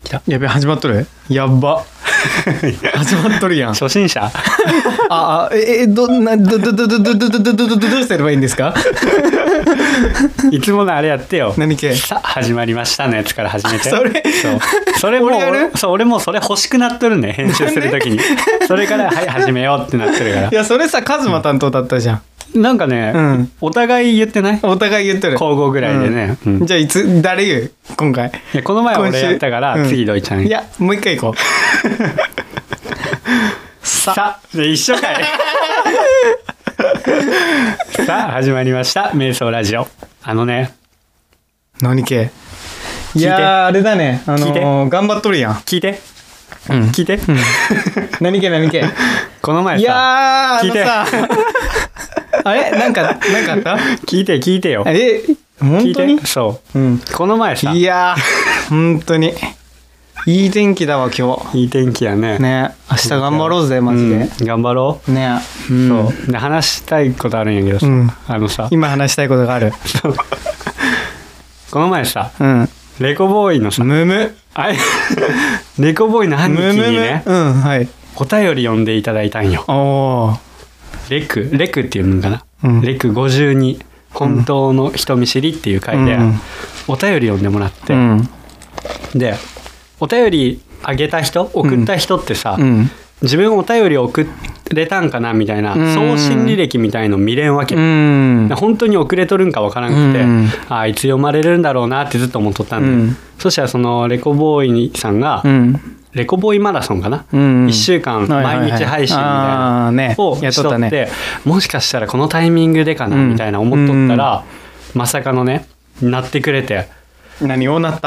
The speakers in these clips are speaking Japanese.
た。 やべ、始まっとる。やっば。始まっとるやん。 初心者。 どうすればいいんですか？ いつものあれやってよ。 何系？ さあ始まりましたのやつから始めて。 それも俺もそれ欲しくなっとるね、編集するときに。それからはい始めようってなってるから。 いやそれさ、カズマ担当だったじゃん。 なんかね、お互い言ってない？ お互い言ってる。 交互ぐらいでね。 じゃあ誰言う？今回。 いやこの前は俺やったから、次ドイちゃん。 いやもう一回行こう。 さあ一緒かい。さあ始まりました瞑想ラジオ。 何系？いやあれだね、頑張っとるやん。 聞いて、聞いて、 何系この前さ、 いや聞いてさあれなんかあった？ 聞いてよ。 本当に？ そう、この前さ、 いや本当にいい天気だわ今日。 いい天気やね。 ね、明日頑張ろうぜマジで。 頑張ろう。 ね、 そうで話したいことあるんやけどさ、さ今話したいことがある。 この前さ、レコボーイのさ、レコボーイの兄貴にね、お便り読んでいただいたんよ。レクっていうのかな、レク52本当の人見知りっていう回でお便り読んでもらって、でお便りあげた人、送った人ってさ、自分お便り送れたんかなみたいな送信履歴みたいの見れんわけ。本当に遅れとるんかわからんくて、いつ読まれるんだろうなってずっと思っとったんで、そしたらそのレコボーイさんが、レコボーイマラソンかな、1週間毎日配信みたいなをしとって、もしかしたらこのタイミングでかなみたいな思っとったら、まさかのね、なってくれて。 何をなった？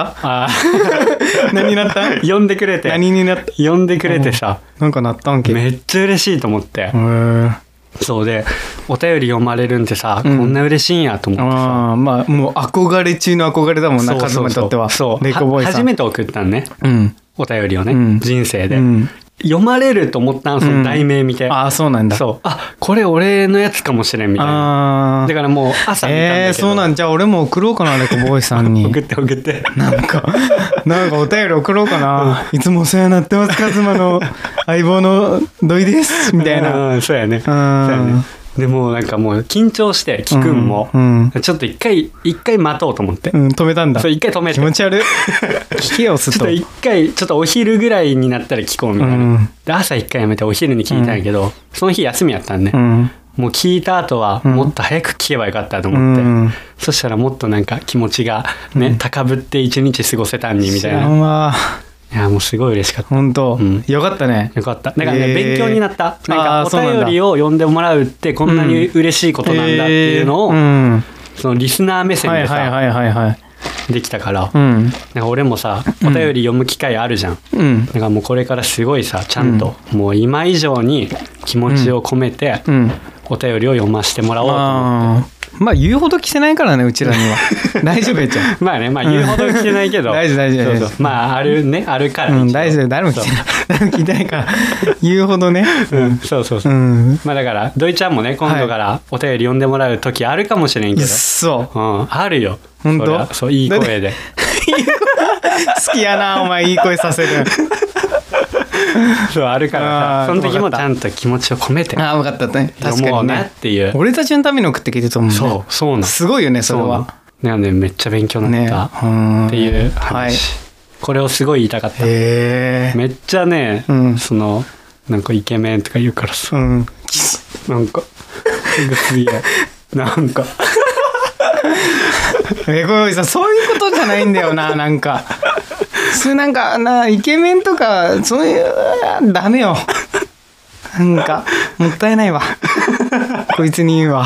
何なった？ 呼んでくれて。 何になった？ 呼んでくれてさ、 なんかなったんけ？ めっちゃ嬉しいと思って。そうで、お便り読まれるんってさ、こんな嬉しいんやと思ってさ。 まあもう憧れ中の憧れだもんな、カズマにとっては。 そうレコボーイさん初めて送ったんね、お便りをね、人生で。読まれると思ったん、その題名見て。 そうなんだ。 そう、これ俺のやつかもしれんみたいな。だからもう朝見たんだけど。 そうなん、じゃあ俺も送ろうかな、レコボーイさんに。 送ってなんかお便り送ろうかな。いつもお世話になってます、カズマの相棒の土井ですみたいな。 そうやね。でもなんかもう緊張して聞くんも、ちょっと一回待とうと思って、 止めたんだ。 そう、一回止めて。 気持ち悪い。聞けよすっと。 ちょっと一回ちょっとお昼ぐらいになったら聞こうみたいな、で朝一回やめてお昼に聞いたんやけど、その日休みやったんね、もう聞いた後はもっと早く聞けばよかったと思って、そしたらもっとなんか気持ちがね、高ぶって一日過ごせたんにみたいな。いやもうすごい嬉しかった。 本当、よかったね。 よかった。だからね、勉強になった。なんかお便りを読んでもらうってこんなに嬉しいことなんだっていうのを、そのリスナー目線でさ、できたから、なんか俺もさ、お便り読む機会あるじゃん。だからもうこれからすごいさ、ちゃんともう今以上に気持ちを込めてお便りを読ませてもらおうと思って。 まあ言うほど着せないからね、うちらには。大丈夫やっちゃう。 まあね、まあ言うほど着てないけど。 大丈夫。 まああるから。 大丈夫。誰も着てない。誰も着てないから。言うほどね。 そう。まあだから、土井ちゃんもね、今度からお便り読んでもらう時あるかもしれんけど。 そう。 あるよ。 本当？ そう、いい声で。 好きやな、お前、いい声させる。 そうあるからさ、その時もちゃんと気持ちを込めて分かったね。確かにねっていう。 俺たちのために送ってきてたもんね。 そうなんすごいよね、それは。 なんでめっちゃ勉強になったっていう話。これをすごい言いたかった。めっちゃね、そのなんかイケメンとか言うからさ、なんかすげえなんかレコボーイさん、そういうことじゃないんだよな。なんかなんかイケメンとかそういうダメよ。なんかもったいないわ。こいつに言うわ。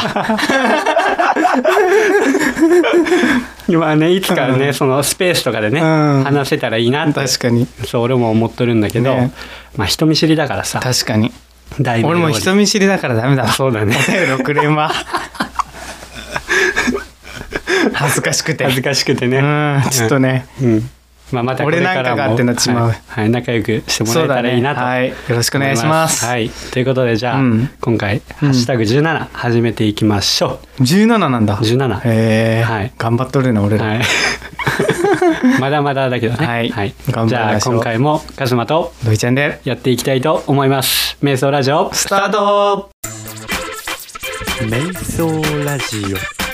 今ね、いつかね、そのスペースとかでね、話せたらいいなって。 確かに。 そう俺も思っとるんだけど、まあ人見知りだからさ。 確かに。俺も人見知りだからダメだ。 そうだね。 お便り送れんわ。恥ずかしくてね。ちょっとね。 まあまたこれからも俺なんかがってなっちまう。 仲良くしてもらえたらいいなと。 よろしくお願いします。 ということで、じゃあ今回ハッシュタグ17始めていきましょう。 17なんだ。 17。 頑張っとるね俺ら。 まだまだだけどね。 はいはい、 頑張りましょう。 じゃあ今回もカズマと土井ちゃんでやっていきたいと思います。瞑想ラジオスタート。 瞑想ラジ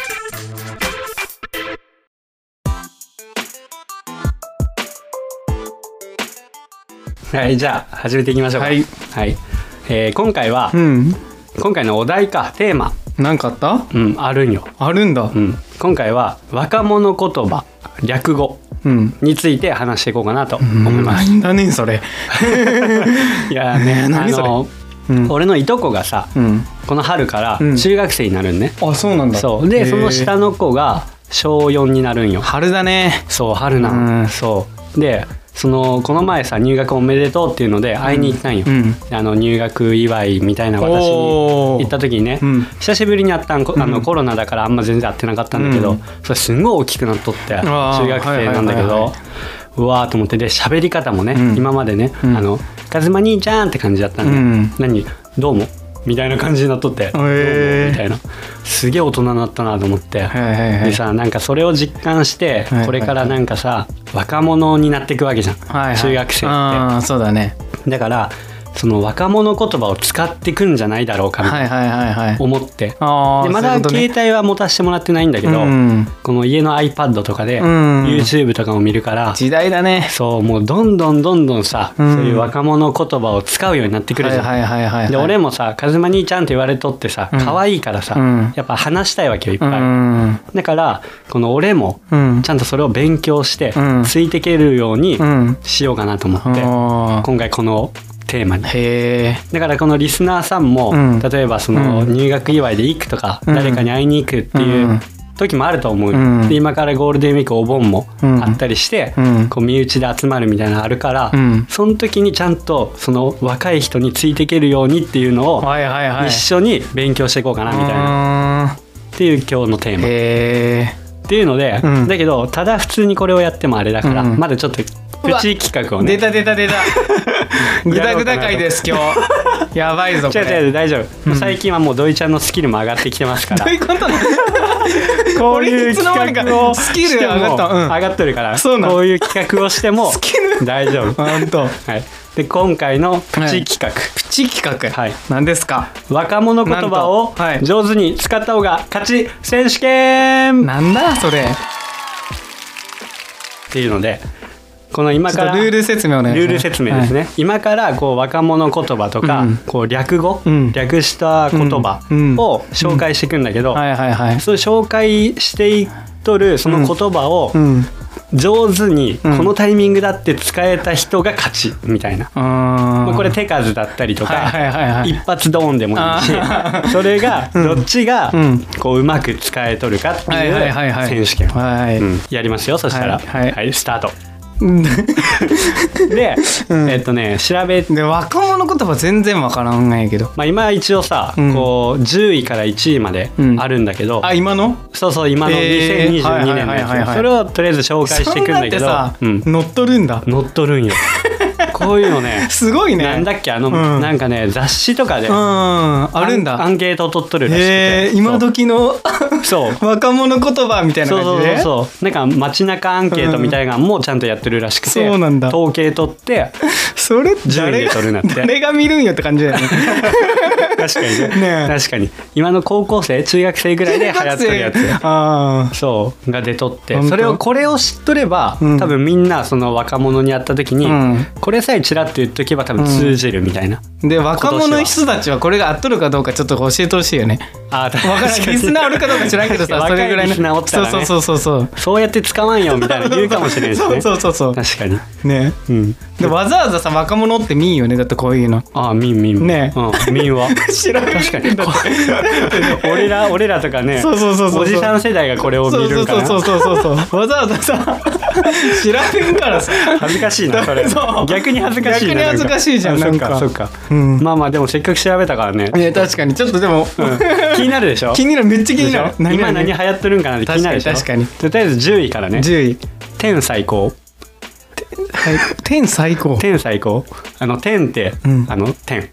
オ。はい、じゃあ始めていきましょうか。 はい、 はい。今回は、今回のお題かテーマなんかあった？ あるんよ。 あるんだ。 今回は若者言葉略語について話していこうかなと思います。 なんだねそれ。 いやね、 何それ。 俺のいとこがさ、この春から中学生になるんね。 あ、そうなんだ。 そうで、その下の子が小4になるんよ。 春だね。 そう春なん。そうで、この前さ、入学おめでとうっていうので会いに行ったんよ。入学祝いみたいな私に行った時にね、久しぶりに会ったん。コロナだからあんま全然会ってなかったんだけど、それすんごい大きくなっとって中学生なんだけど、うわーと思って、で喋り方もね、今までね、カズマ兄ちゃんって感じだったんで、何どうもみたいな感じになっとって、どうもみたいな、すげえ大人になったなと思って、でさ、なんかそれを実感して、これからなんかさ、若者になっていくわけじゃん、中学生って。 そうだね。だからその若者言葉を使ってくんじゃないだろうかみたいな思って、でまだ携帯は持たせてもらってないんだけど、この家の iPad とかで YouTube とかも見るから、 時代だね。 そう、もうどんどんさ、そういう若者言葉を使うようになってくるじゃん。で俺もさ、カズマ兄ちゃんって言われとってさ、可愛いからさ、やっぱ話したいわけよ、いっぱい。だからこの俺もちゃんとそれを勉強してついていけるようにしようかなと思って、今回このテーマに。だからこのリスナーさんも、例えばその入学祝いで行くとか、誰かに会いに行くっていう時もあると思う、で今からゴールデンウィークお盆もあったりして、こう身内で集まるみたいなのあるから、その時にちゃんとその若い人についていけるようにっていうのを一緒に勉強していこうかなみたいなっていう今日のテーマっていうので、だけどただ普通にこれをやってもあれだから、まだちょっとプチ企画をね。 出たグダグダ回です今日。やばいぞこれ。 違う大丈夫、最近はもう土井ちゃんのスキルも上がってきてますから。 どういうことなの？ こういう企画をスキル上がった、 上がってるから、こういう企画をしても大丈夫。 本当。 はい。で今回のプチ企画、 プチ企画、はい、何ですか？ 若者言葉を上手に使った方が勝ち選手権。 なんだそれっていうので、この今からルール説明をね。 ルール説明ですね。今からこう若者言葉とか、こう略語、略した言葉を紹介していくんだけど、そう紹介していっとるその言葉を上手にこのタイミングだって使えた人が勝ちみたいな。これ手数だったりとか、一発ドーンでもいいし、それがどっちがこううまく使えとるかっていう選手権やりますよ。そしたらはいスタート。で調べて、 若者言葉全然わからんないけど、 今一応さ、こう10位から1位まであるんだけど、 今の今の2022年のやつ、それをとりあえず紹介していくんだけど、 乗っとるんだ。 乗っとるんよ。こういうのね、 すごいね。 なんだっけ、なんかね、雑誌とかであるんだ。 アンケートを取っとるらしくて、 今時の若者言葉みたいな感じで、 そうなんか街中アンケートみたいなのもちゃんとやってるらしくて、統計取ってそれ順位で取るなって。 誰が見るんよって感じだよね。 確かにね。確かに今の高校生中学生ぐらいで流行ってるやつそうが出とって、これを知っとれば、多分みんなその若者に会った時に、これさえチラッと言っとけば多分通じるみたいな。 で若者の人たちはこれが合っとるかどうかちょっと教えてほしいよね。分からない。リスナーおるかどうか知らんけどさ、それぐらいのリスナーおったらね、そうやって使わんよみたいな言うかもしれないしね。そう確かにね。でわざわざさ若者って見んよね。だってこういうの見んね。 見んわ。 知らん。 確かに俺らとかね、おじさん世代がこれを見るんかな。 そうわざわざさ知らんからさ、 恥ずかしいなそれ。逆に恥ずかしい。 逆に恥ずかしいじゃん。なんかそっか。まあでもせっかく調べたからね。 確かにちょっとでも気になるでしょ。 気になる、めっちゃ気になる。 今何流行ってるんかなって気になるでしょ。 確かに。 とりあえず10位からね。 10位。 天最高。 天最高。 天最高。天って天。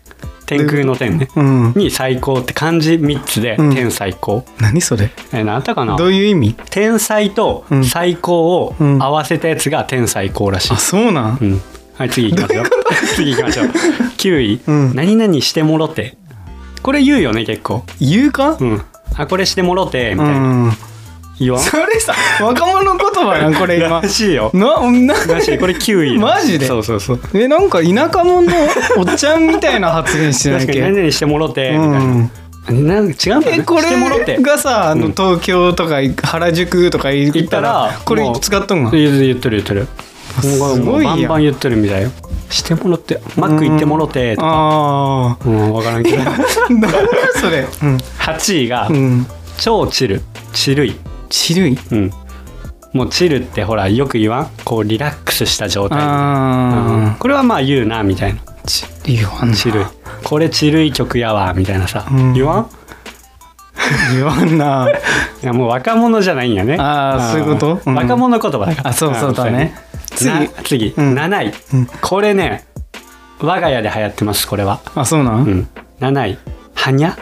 天空の天ね、 うん、 に最高って漢字3つで、天最高。 何それ？ 何あったかな？ どういう意味？ 天才と最高を合わせたやつが天最高らしい。 あ、そうなん？ はい、次行きましょう。次行きましょう。9位、何々してもろて。これ言うよね、結構。 言うか？ あ、これしてもろてみたいな。言わん？ それさ、若者言葉やんこれ今。 らしいよ。らしい。これ9位。 マジで？ そうそうそう。 なんか田舎者のおっちゃんみたいな発言してないっけ？ 確かに何々してもろてみたいな。なんか違うんだね。 これがさ、東京とか原宿とか行ったらこれ使っとんが？ 言ってる。すごいやん。バンバン言ってるみたいよ。してもろって、マック行ってもろてとか。分からんけど。 何それ。 8位が超チルい。 チルい。 もうチルってほらよく言わん？こうリラックスした状態。これはまあ言うなみたいな。 言わんな。 チルい。これチルい曲やわみたいなさ。言わん？ 言わんな。 いやもう若者じゃないんやね。 そういうこと？ 若者言葉だから。 そうだね。 次、7位、これね我が家で流行ってます。これは。 あ、そうなん？ 7位はにゃ。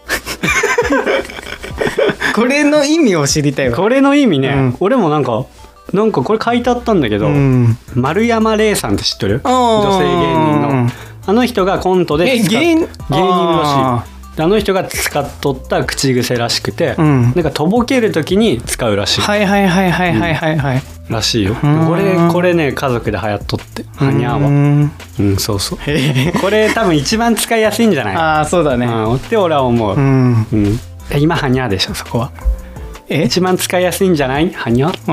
これの意味を知りたいわ。 これの意味ね、俺もなんかこれ書いてあったんだけど、丸山礼さんって知ってる？女性芸人のあの人がコントで芸人らしい。あの人が使っとった口癖らしくて、なんかとぼける時に使うらしい。らしいよ。これね家族で流行っとってはにゃは。そうそう。これ多分一番使いやすいんじゃない？ あ、そうだね。 って俺は思う。今はにゃでしょそこは。一番使いやすいんじゃない？はにゃ。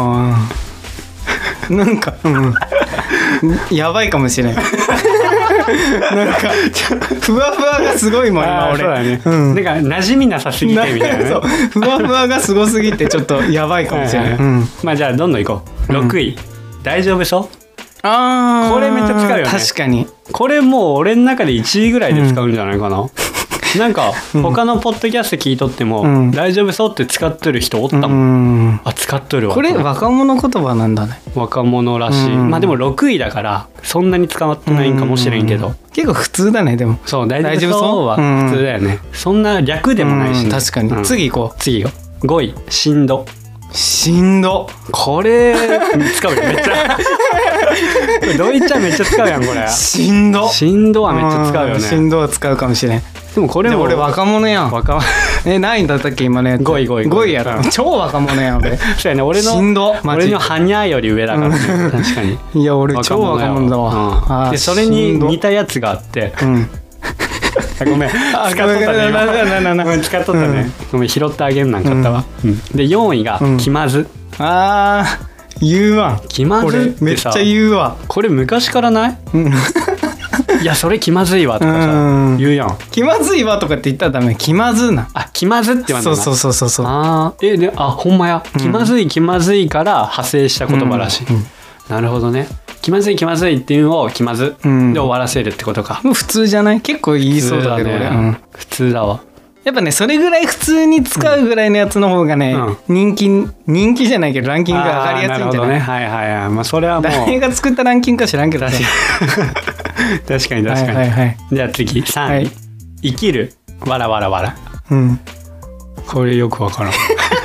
なんか、やばいかもしれない。なんかふわふわがすごいもん今俺。 そうだね。なんか馴染みなさすぎてみたいな。 ふわふわがすごすぎてちょっとやばいかもしれない。 まあじゃあどんどんいこう。6位、大丈夫そう？これめっちゃ使うよね。 確かに。これもう俺の中で1位ぐらいで使うんじゃないかな。なんか他のポッドキャスト聞いとっても、大丈夫そうって使ってる人おったもん。あ、使っとるわ。 これ若者言葉なんだね。 若者らしい。まあでも6位だからそんなに使ってないんかもしれんけど、 結構普通だね。でもそう、大丈夫そうは普通だよね。そんな略でもないし。 確かに。次行こう。 次よ。5位、しんど。これ使うよめっちゃ。ドイツはめっちゃ使うやんこれ。しんどはめっちゃ使うよね。 しんどは使うかもしれん。 でもこれも俺若者やん。何位だったっけ今ね。5位やろ。超若者やん俺。 そうやね。俺のはにゃより上だからね。確かに。 いや俺超若者だわ。 でそれに似たやつがあって。ごめん使っとったね。ごめん拾ってあげんなんかったわ。で4位が気まず。 言うわ。 気まずってさ、 めっちゃ言うわ。 これ昔からない？いやそれ気まずいわとかさ言うやん。 気まずいわとかって言ったらダメ。気まずな。 あ、気まずって言わんの。 そう。 でほんまや。気まずいから派生した言葉らしい。なるほどね。気まずいっていうのを気まずで終わらせるってことか。 もう普通じゃない？結構言いそうだけど俺。 普通だわ。 やっぱねそれぐらい普通に使うぐらいのやつの方がね、人気じゃないけどランキングが上がりやすいんじゃない？ はい。まあそれはもう誰が作ったランキングか知らんけどね。 確かに。じゃあ次3位、生きるわら。これよくわからん。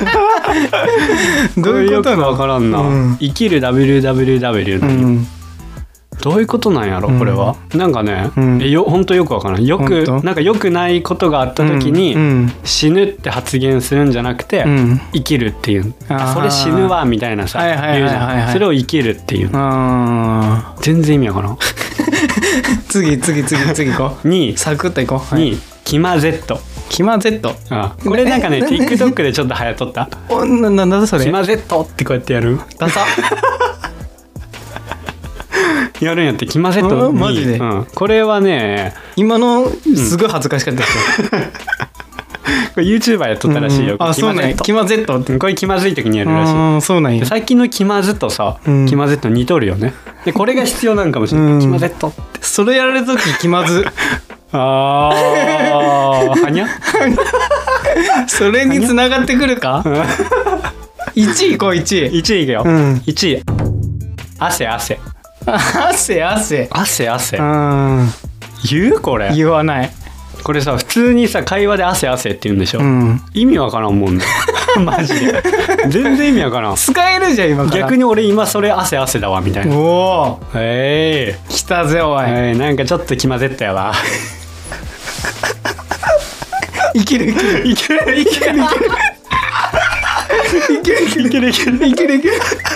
どういうことなの？ わからんな。生きる www どういうことなんやろこれは。なんかね、本当よくわからん。なんか良くないことがあった時に死ぬって発言するんじゃなくて生きるっていう。それ死ぬわみたいなさ言うじゃん。それを生きるっていう。全然意味わからん。 次行こう。 2位サクッと行こう。 2位キマ Z。これなんかね TikTok でちょっと流行っとった。 なんだそれ。 キマ Z ってこうやってやる。 ダサ。 やるんやって。キマ Z マジで。 これはね今のすごい恥ずかしかったですよ。 これ YouTuber やっとったらしいよ。 あ、そうね。キマ Z ってこれ気まずい時にやるらしい。 そうなんや。 最近のキマ Z とさキマ Z 似とるよね。でこれが必要なんかもしれない。キマ Z ってそれやられる時気まず。 はにゃ。 それに繋がってくるか。1位行こう。1位いくよ。1位汗。 言うこれ。 言わない。 これさ、普通にさ会話で汗汗って言うんでしょ、うん、意味わからんもんねマジで全然意味わからん。 使えるじゃん今から。 逆に俺今それ汗汗だわみたいな。 おお、 来たぜおい、 なんかちょっと気まぜったやわいけるいけるいけるいけるいけるいけるいけるいけるいけるいける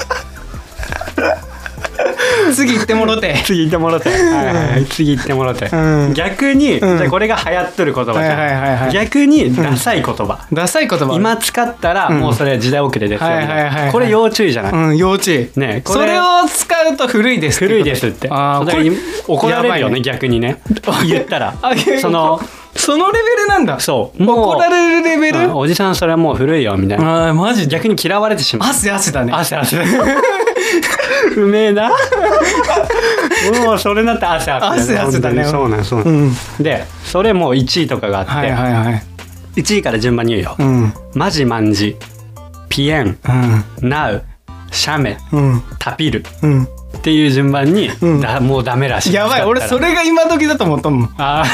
次行ってもろて、 次行ってもろて、次行ってもろて、逆に、じゃあこれが流行っとる言葉じゃん、逆にダサい言葉、 ダサい言葉今使ったらもうそれ時代遅れですよ、これ要注意じゃない？ 要注意ね。それを使うと古いです古いですって。怒られるよね逆にね言ったらそのレベルなんだ。 そう怒られるレベル、 おじさんそれはもう古いよみたいな。 マジ逆に嫌われてしまう。 汗汗だね。 汗汗うめえなもうそれになって汗汗汗だね。 そうなんそうなん、でそれも1位とかがあって、1位から順番に言うよ、マジマンジ、ピエン、ナウ、シャメ、タピルっていう順番にもうダメらしい。 やばい、俺それが今時だと思ったもん。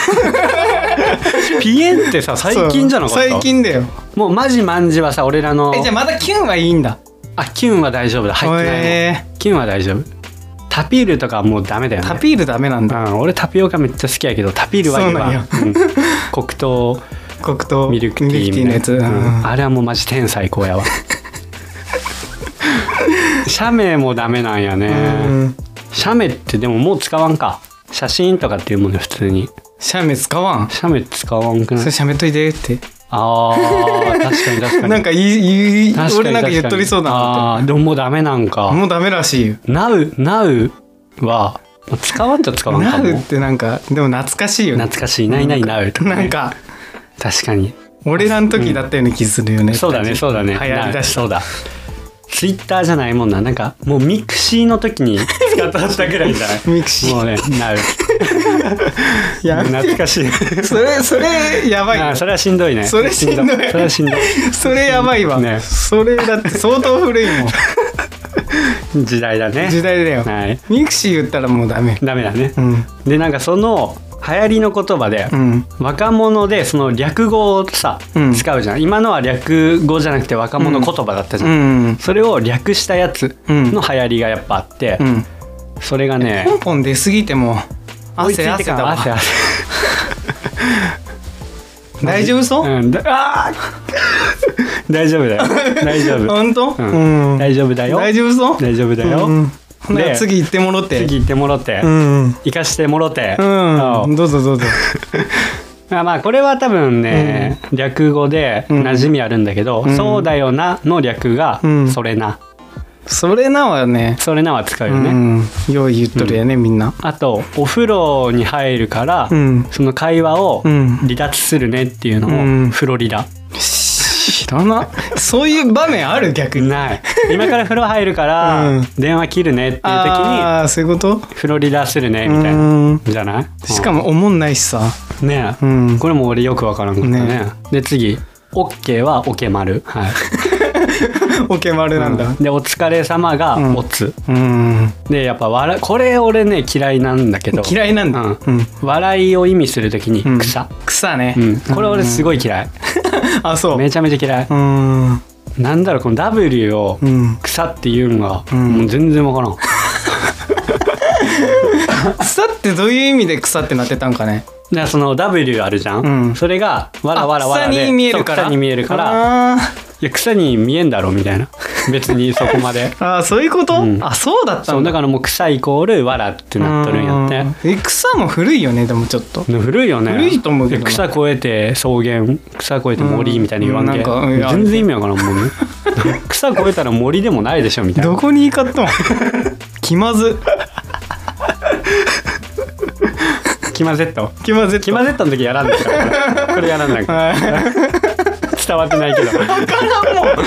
ピエンってさ最近じゃなかった？ 最近だよ。 もうマジマンジはさ俺らのじゃあまだキュンはいいんだ。 キュンは大丈夫だ、入ってないの。キュンは大丈夫。タピールとかはもうダメだよね。 タピールダメなんだ。 俺タピオカめっちゃ好きやけどタピールはいいわ。黒糖ミルクティーのやつ、あれはもうマジ天最高やわ写メもダメなんやね。写メってでももう使わんか。写真とかっていうもんね普通に。 写メ使わん。 写メ使わんくない？ それ写メといてって。 確かに確かに。 なんか俺なんか言っとりそうだなって。 でももうダメなんか。 もうダメらしいよ。 ナウは使わんと使わんかも。 ナウってなんかでも懐かしいよね。 懐かしい。ないナウとか、ね。 なんか確かに。 俺らの時だったような気するよね。 そうだねそうだね。 流行りだし。 そうだ。ツイッターじゃないもんな。なんかもうミクシーの時に使ったぐらいじゃないミクシー。 もうねナウ。懐かしい。 それやばい。 それはしんどいね。 それしんどい。 それはしんどい。 それやばいわ。ね。それだって相当古いもん。 時代だね。 時代だよ。はい。ミクシー言ったらもうダメ。 ダメだね。でなんかその流行りの言葉で、若者でその略語をさ、使うじゃん。今のは略語じゃなくて若者言葉だったじゃん。それを略したやつの流行りがやっぱあって、それがねポンポン出すぎても汗だわ。汗大丈夫そう？ 大丈夫だよ。大丈夫。 本当？ 大丈夫だよ。 大丈夫そう？ 大丈夫だよ。 で次行ってもろて。 次行ってもろて。行かしてもろて。 どうぞどうぞ。 まあこれは多分ね略語で馴染みあるんだけど、そうだよなの略がそれな。 それなはね。 それなは使うよね。 よう言っとるよねみんな。 あとお風呂に入るからその会話を離脱するねっていうのをフロリダ。 知らな。そういう場面ある？逆にない。今から風呂入るから電話切るねっていう時にそういうことフロリダするねみたいなじゃない？ しかも思んないしさねえ、これも俺よくわからんかったね。で次 OK はオケマル。はい。 オケマルなんだ。 でお疲れ様がおつ。でやっぱこれ俺ね嫌いなんだけど。 嫌いなんだ。 笑いを意味するときに草ね。 これ俺すごい嫌い。 あ、そう。 めちゃめちゃ嫌い。なんだろうこの W を草っていうのがもう全然わからん。 草ってどういう意味で草ってなってたんかね。 だからその W あるじゃん。それがわらわらわらで草に見えるから。 草に見えるから。いや草に見えんだろみたいな。別にそこまで。 そういうこと？そうだったんだ。 そうだからもう草イコールわらってなっとるんやって。 草も古いよねでもちょっと。 古いよね。 古いと思うけど。 草越えて草原、草越えて森みたいに言わんけ。全然意味わからんもんね。草越えたら森でもないでしょみたいな。 どこに行かったの？気まず。 キマゼットの時やらんでしょ。これやらんなんか。伝わってないけど。 分からんもん。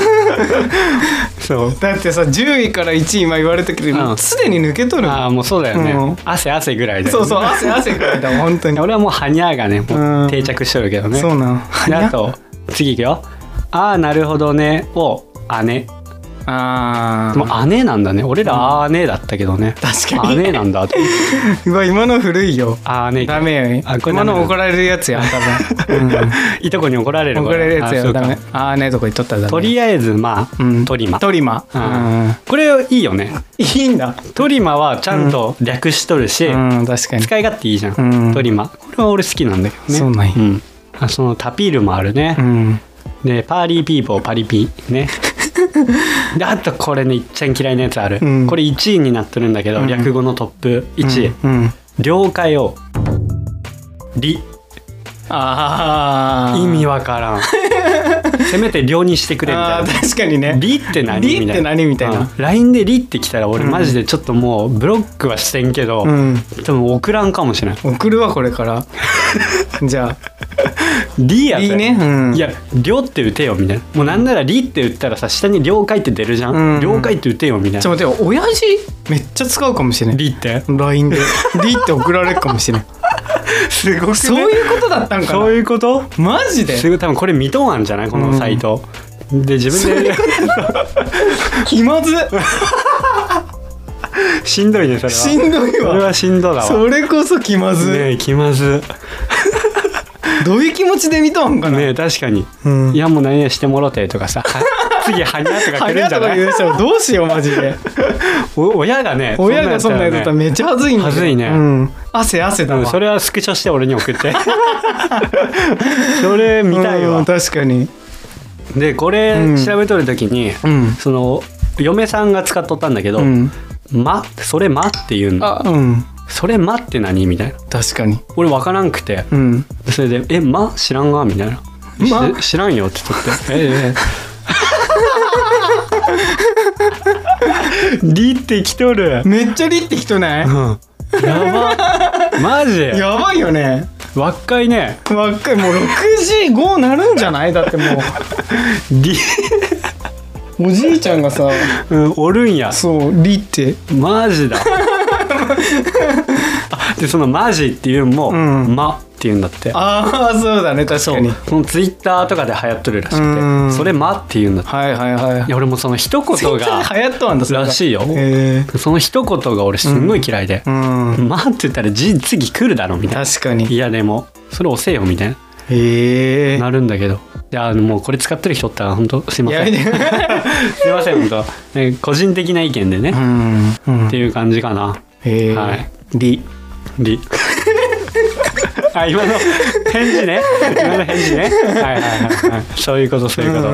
そうだってさ10位から1位今言われたけどすでに抜けとる。 もうそうだよね。汗ぐらいだよね。 そう汗ぐらいだ本当に。 俺はもうはにゃがねもう定着しとるけどね。 そうなん。 あと次いくよ。なるほどねを姉。 あでも姉なんだね。俺ら姉だったけどね。 確かに姉なんだと。 うわ今の古いよ。 姉ダメよ。 あこれ今の怒られるやつやん多分、 いとこに怒られる。 怒られるやつやあダメ。ねとこ言っとったらダメ。 とりあえずまあ、トリマ。 トリマ。 これいいよね。 いいんだ。 トリマはちゃんと略しとるし、 確かに使い勝手いいじゃん。トリマ。これは俺好きなんだけどね。 そうなんや。 そのタピールもあるね。でパーリーピーポーパリピね。であとこれねいっちゃん嫌いなやつある、これ1位になってるんだけど、略語のトップ1位、了解を理。意味わからん。せめて了にしてくれみたいな。 確かにね。 理って何理って何みたいな。 LINE で理って来たら俺マジでちょっともうブロックはしてんけど、多分送らんかもしれない。 送るわこれからじゃあ理やぜ。 ね、 いや了って打てよみたいな。もうなんなら理って打ったらさ下に了解って出るじゃん、了解って打てよみたいな。 ちょっと待ってよ、親父めっちゃ使うかもしれない。 理って LINE で理って送られるかもしれない。 すごくね。 そういうことだったんかな。 そういうこと。 マジで。 すごい多分これ未答案じゃないこのサイト、で自分で気まずしんどいねそれは。 しんどいわ。 それはしんどだわ。 それこそ気まずねえ気まず。 どういう気持ちで見とんかな。 ねえ確かに、いやもう何々してもろてとかさ次はにゃとか来るんじゃない。 はにゃとか言う人どうしようマジで。 親がね親がそんなやつだったらめっちゃはずいんだよ。 はずいね、 汗だわ、 それはスクショして俺に送ってそれ見たいわ、 確かに。 でこれ調べとる時に、その嫁さんが使っとったんだけど、それって言うの。それって何みたいな。 確かに俺分からんくて、それで知らんがみたいな。知らんよって言っとってリってきとる。 めっちゃリってきとない、 やばマジやばいよね。 若いね。 若い。もう65なるんじゃない。だってもうリおじいちゃんがさ、 おるんや。 そうリってマジだでそのマジっていうのも、って言うんだって。 ああそうだね確かに。 そのツイッターとかで流行っとるらしくて、それって言うんだって。いや俺もその一言がツイッターで流行っとんだらしいよ。その一言が俺すんごい嫌いで、って言ったら次来るだろみたいな。 確かに。 いやでもそれ押せよみたいななるんだけど、いやもうこれ使ってる人ったら本当すいませんすいません本当、ね、個人的な意見でね、っていう感じかな。はい。リあ今の返事ね。今の返事ね。はい。そういうことそういうこと。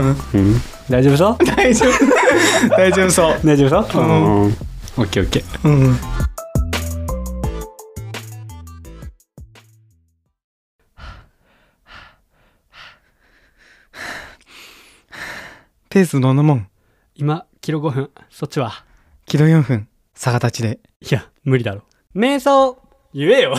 大丈夫そう？ 大丈夫大丈夫そう。 大丈夫そう？オッケーオッケー。 ペースどんなもん？ 今キロ5分。そっちは？ キロ4分。逆立ちで。 いや無理だろ。瞑想言えよ。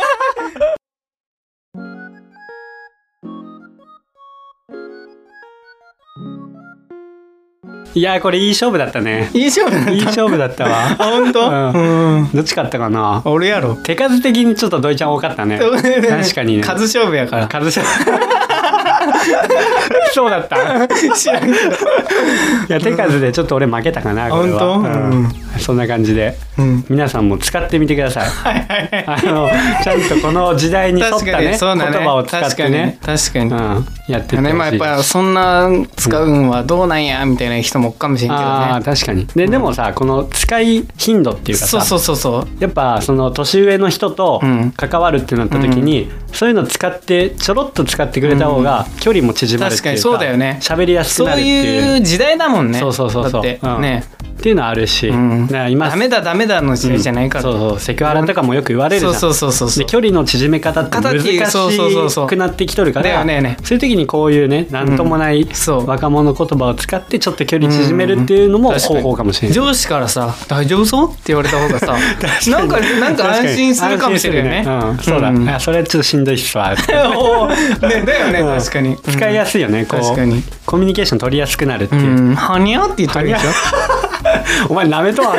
いやこれいい勝負だったね。 いい勝負だったわ。 本当？ どっち勝ったかな。 俺やろ。 手数的にちょっと土井ちゃん多かったね。確かにね。 数勝負やから。 数勝負。そうだった。 知らんけど。いや手数でちょっと俺負けたかな。 本当？ そんな感じで、皆さんも使ってみてください。ちゃんとこの時代に沿ったね言葉を使ってね。 確かに。 やってってほしい。 やっぱそんな使うんはどうなんやみたいな人もおっかもしれんけどね。 あ確かに。でもさこの使い頻度っていうかさ、 そうやっぱその年上の人と関わるってなった時に、そういうの使ってちょろっと使ってくれた方が距離も縮まるっていうか、 そうだよね。 喋りやすくなるっていう。 そういう時代だもんね。 そうだってね。 っていうのあるし、 今ダメだの時代じゃないから。 そうセクハラとかもよく言われるじゃん。 そうで距離の縮め方って難しくなってきとるから、そういう時にこういうねなんともない若者言葉を使ってちょっと距離縮めるっていうのも方法かもしれない。 上司からさ大丈夫そうって言われた方がさなんか安心するかもしれないね。 そうだ。それはちょっとしんどいっすわ。 だよね確かに。 使いやすいよね。こうコミュニケーション取りやすくなるっていう。 はにゃって言ったらいいでしょ。 お前なめとは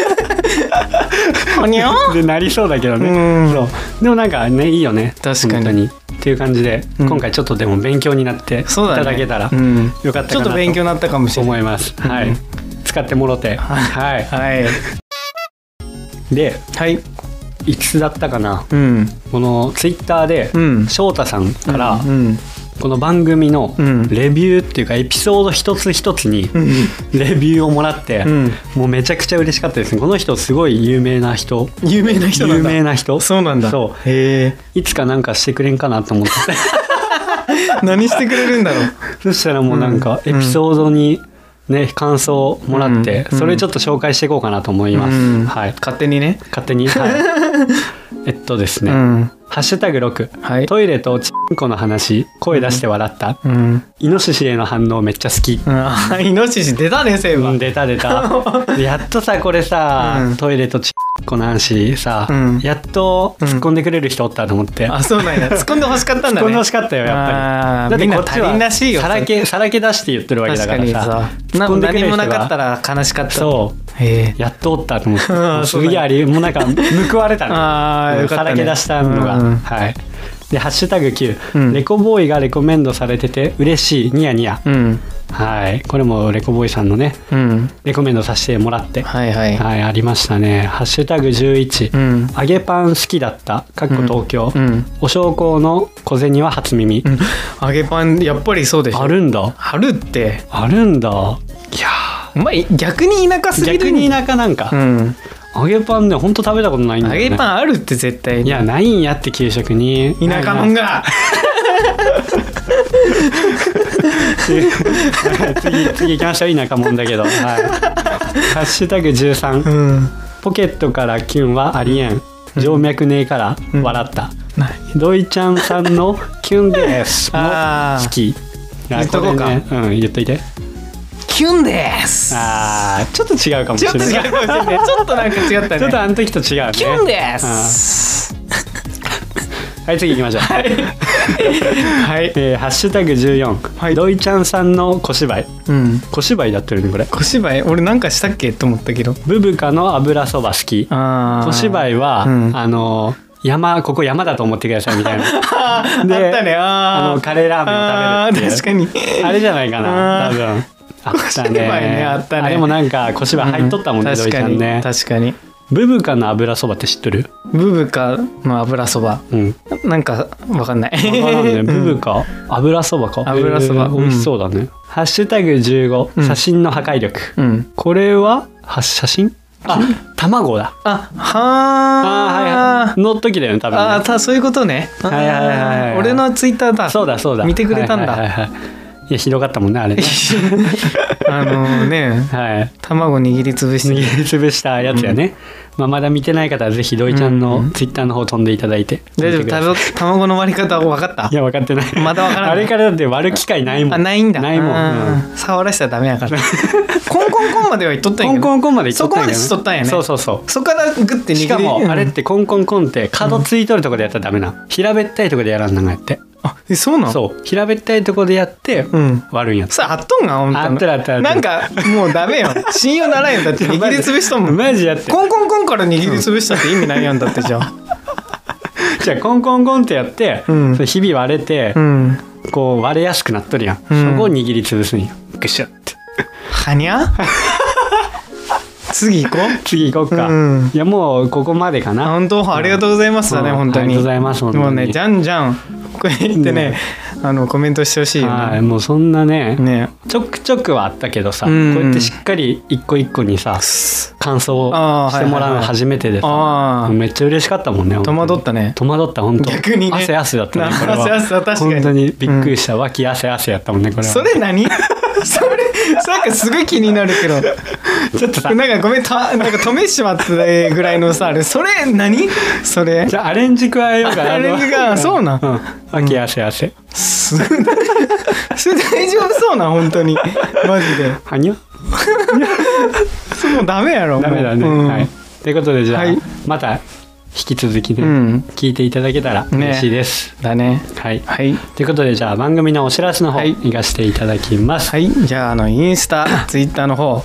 はにゃでなりそうだけどね。そうでもなんかねいいよね。 確かにっていう感じで、今回ちょっとでも勉強になっていただけたらよかったかなとちょっと勉強になったかもしれない思います。はい。 使ってもろて、はいはいで、 はい、 いつだったかな、 うん、 このツイッターで、 うん、 翔太さんから、 うんうん、 この番組のレビューっていうかエピソード一つ一つにレビューをもらって、うん、もうめちゃくちゃ嬉しかったですね。この人すごい有名な人なんだ。有名な人。 そうなんだ。 そう。へえ。いつかなんかしてくれんかなと思って何してくれるんだろう。 そしたらもうなんかエピソードにね、感想をもらって、それちょっと紹介していこうかなと思います、はい、 勝手にね、 勝手に、はい、ですね、ハッシュタグ6、はい、トイレとチンコの話声出して笑った、イノシシへの反応めっちゃ好き、 イノシシ出たね、セーブ、 出たやっとさこれさ、トイレとチンコの話さ、やっと突っ込んでくれる人おったと思って、 あ、そうなんや、突っ込んでほしかったんだね。 突っ込んでほしかったよ、やっぱり。だってこっちはさらけ出して言ってるわけだからさ、突っ込んでくれる人が何もなかったら悲しかった。 そう、やっとおったと思ってすげえありもうなんか報われたねさらけ出したのが、はい。でハッシュタグ9、レコボーイがレコメンドされてて嬉しいニヤニヤ、はい、これもレコボーイさんのね、レコメンドさせてもらって、はい、ありましたね。ハッシュタグ11、揚げパン好きだった東京、お焼香の小銭は初耳、 揚げパンやっぱりそうでしょ。 あるんだ。 あるってあるんだ。いやお前逆に田舎すぎる。 逆に田舎なんか、揚げパンね、ほんと食べたことないんだよね。 揚げパンあるって絶対に。 いや、ないんやって給食に。 田舎もんが次行きましょう。田舎もんだけど、はい、ハッシュタグ13、ポケットからキュンはありえん、静脈ねえから笑った、ドイちゃんさんのキュンですも好き。 言っとこうか、 言っといて。 キュンです。 ちょっと違うかもしれない。 ちょっとなんか違ったね。 ちょっとあの時と違うね。 キュンです。 はい、次行きましょう。はい、ハッシュタグ14、ドイちゃんさんの小芝居、小芝居だってるねこれ。 小芝居俺なんかしたっけと思ったけど。 ブブカの油そば好き。小芝居は、ここ山だと思ってくださいみたいな。で、 あったね。 カレーラーメンを食べるっていう。 確かに。 あれじゃないかな多分。あったね。 あったね。 あれもなんか小芝居入っとったもんね、ドイちゃんね。 確かに。 ブブカの油そばって知ってる？ ブブカの油そば、なんかわかんない。 ブブカ油そばか。 油そば美味しそうだね。ハッシュタグ15、写真の破壊力。これは写真？卵だ。の時だよね多分ね。 そういうことね。俺のツイッターだ。 そうだ。見てくれたんだ。 いやひどかったもんねあれね。 卵握りつぶしたやつやね。まだ見てない方はぜひドイちゃんのツイッターの方飛んでいただいて。 大丈夫？卵の割り方分かった？ いや分かってない。 まだ分からない。 あれからだって割る機会ないもん。 ないんだ。 ないもん。 触らせたらダメやから。コンコンコンまでは言っとったんやけど。 コンコンコンまで言っとったんやけど。 そこまでしとったんやね。 そう。 そこからグッて握り。 しかもあれってコンコンコンって角ついとるとこでやったらダメな。平べったいとこでやらんながやって。 そうなの？ そう平べったいとこでやって割るんやつ。 さあっとんが本当に。あったなんかもうダメよ。信用ならんよ。だって握りつぶしとんもん。 マジやって。 コンコンコンから握りつぶしたって意味ないやんだってじゃあ。 じゃあコンコンコンってやって、ひび割れて、こう割れやすくなっとるやん。そこを握りつぶすんよ。グシャって。 はにゃ？次行こうか。いやもうここまでかな。 本当ありがとうございますだね本当に。 ありがとうございます。もうねじゃんこれ言ってねコメントしてほしいよね。 もうそんなねちょくちょくはあったけどさ、こうやってしっかり一個一個にさ感想をしてもらうの初めてでさ、めっちゃ嬉しかったもんね。 戸惑ったね。 戸惑った本当。逆にね汗だったねこれは。 汗確かに。 本当にびっくりした。脇汗やったもんねこれは。 それ何？それなんかすごい気になるけどちょっとさなんかごめんなんか止めしまったぐらいのさあれそれ何それじゃあアレンジ加えようかな。 アレンジがそうなん脇汗それ大丈夫そうなん本当にマジではにゃもうダメやろ。 ダメだね。はいということでじゃあまた引き続きね、聞いていただけたら嬉しいです。 だね。 はい。ということでじゃあ番組のお知らせの方行かせていただきます。 はい。じゃあインスタ、ツイッターの方。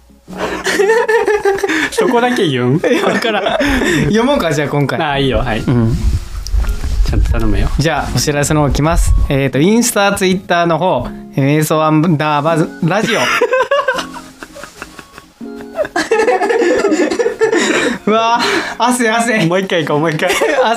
そこだけ言うん？ だから読もうかじゃあ今回。 いいよはい。ちゃんと頼むよ。 じゃあお知らせの方きます。インスタ、ツイッターの方、瞑想アンダーバズラジオ。 うわ汗もう一回行こう、もう一回。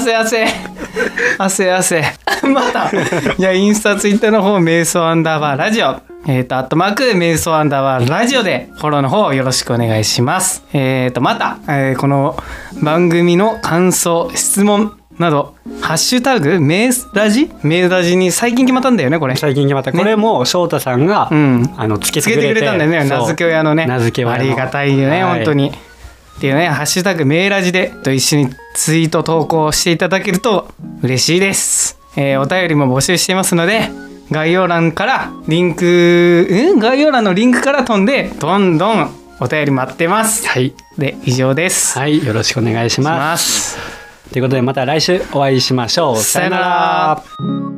汗またいやインスタツイッターの方瞑想アンダーバーラジオアットマーク瞑想アンダーバーラジオでフォローの方よろしくお願いします。また、この番組の感想質問などハッシュタグメーラジに最近決まったんだよね。これ最近決まった、ね、これも翔太さんが、つけてくれたんだよね。 名付け親のね、ありがたいよね、本当にっていうね、ハッシュタグメーラジでと一緒にツイート投稿していただけると嬉しいです。お便りも募集していますので、概要欄のリンクから飛んでどんどんお便り待ってます。 はい。 で以上です。 はい、よろしくお願いします。ということでまた来週お会いしましょう。さよなら。